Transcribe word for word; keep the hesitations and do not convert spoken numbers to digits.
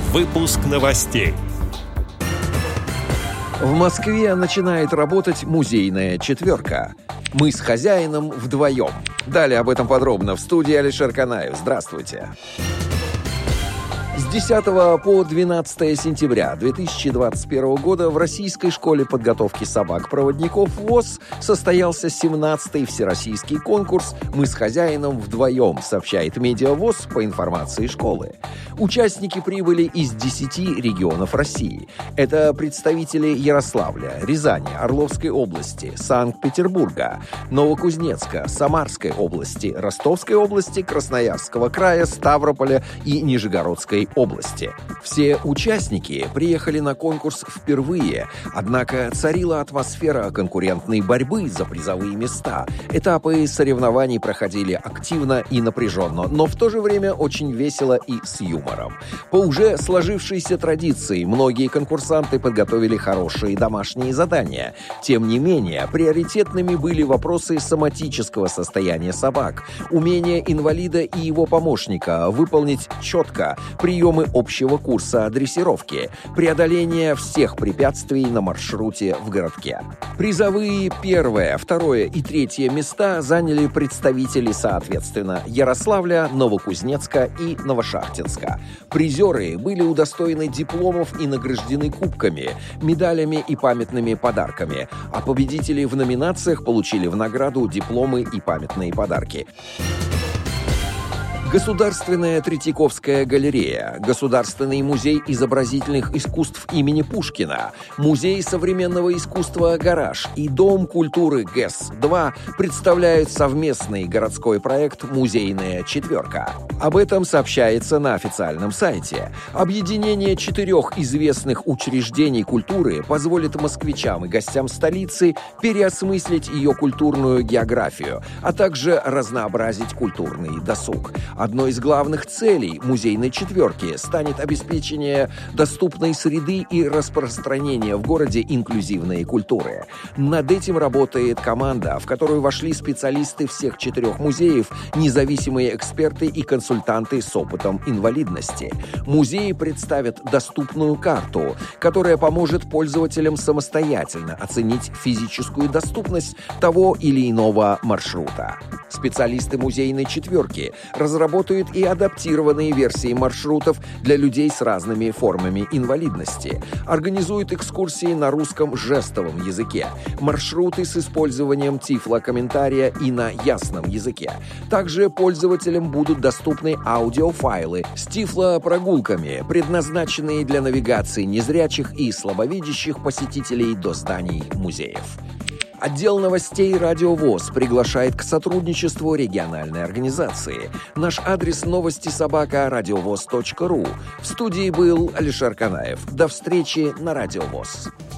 Выпуск новостей. В Москве начинает работать музейная четверка. Мы с хозяином вдвоем. Далее об этом подробно в студии Алишер Канаев. Здравствуйте. С десятого по двенадцатое сентября две тысячи двадцать первого года в Российской школе подготовки собак-проводников ВОС состоялся семнадцатый всероссийский конкурс «Мы с хозяином вдвоем», сообщает Медиа ВОС по информации школы. Участники прибыли из десяти регионов России. Это представители Ярославля, Рязани, Орловской области, Санкт-Петербурга, Новокузнецка, Самарской области, Ростовской области, Красноярского края, Ставрополя и Нижегородской области. Все участники приехали на конкурс впервые, однако царила атмосфера конкурентной борьбы за призовые места. Этапы соревнований проходили активно и напряженно, но в то же время очень весело и с юмором. По уже сложившейся традиции многие конкурсанты подготовили хорошие домашние задания. Тем не менее, приоритетными были вопросы соматического состояния собак, умение инвалида и его помощника выполнить четко приемы общего курса дрессировки, преодоление всех препятствий на маршруте в городке. Призовые первое, второе и третье места заняли представители, соответственно, Ярославля, Новокузнецка и Новошахтинска. Призеры были удостоены дипломов и награждены кубками, медалями и памятными подарками, а победители в номинациях получили в награду дипломы и памятные подарки. Государственная Третьяковская галерея, Государственный музей изобразительных искусств имени Пушкина, Музей современного искусства «Гараж» и Дом культуры ГЭС-два представляют совместный городской проект «Музейная четверка». Об этом сообщается на официальном сайте. Объединение четырех известных учреждений культуры позволит москвичам и гостям столицы переосмыслить ее культурную географию, а также разнообразить культурный досуг. Одной из главных целей музейной четверки станет обеспечение доступной среды и распространение в городе инклюзивной культуры. Над этим работает команда, в которую вошли специалисты всех четырех музеев, независимые эксперты и консультанты с опытом инвалидности. Музеи представят доступную карту, которая поможет пользователям самостоятельно оценить физическую доступность того или иного маршрута. Специалисты музейной четверки разработают и адаптированные версии маршрутов для людей с разными формами инвалидности, организуют экскурсии на русском жестовом языке, маршруты с использованием тифлокомментария и на ясном языке. Также пользователям будут доступны аудиофайлы с тифлопрогулками, предназначенные для навигации незрячих и слабовидящих посетителей до зданий музеев. Отдел новостей «Радио ВОС» приглашает к сотрудничеству региональной организации. Наш адрес новости собака радиовоз точка ру. В студии был Алишер Канаев. До встречи на «Радио ВОС».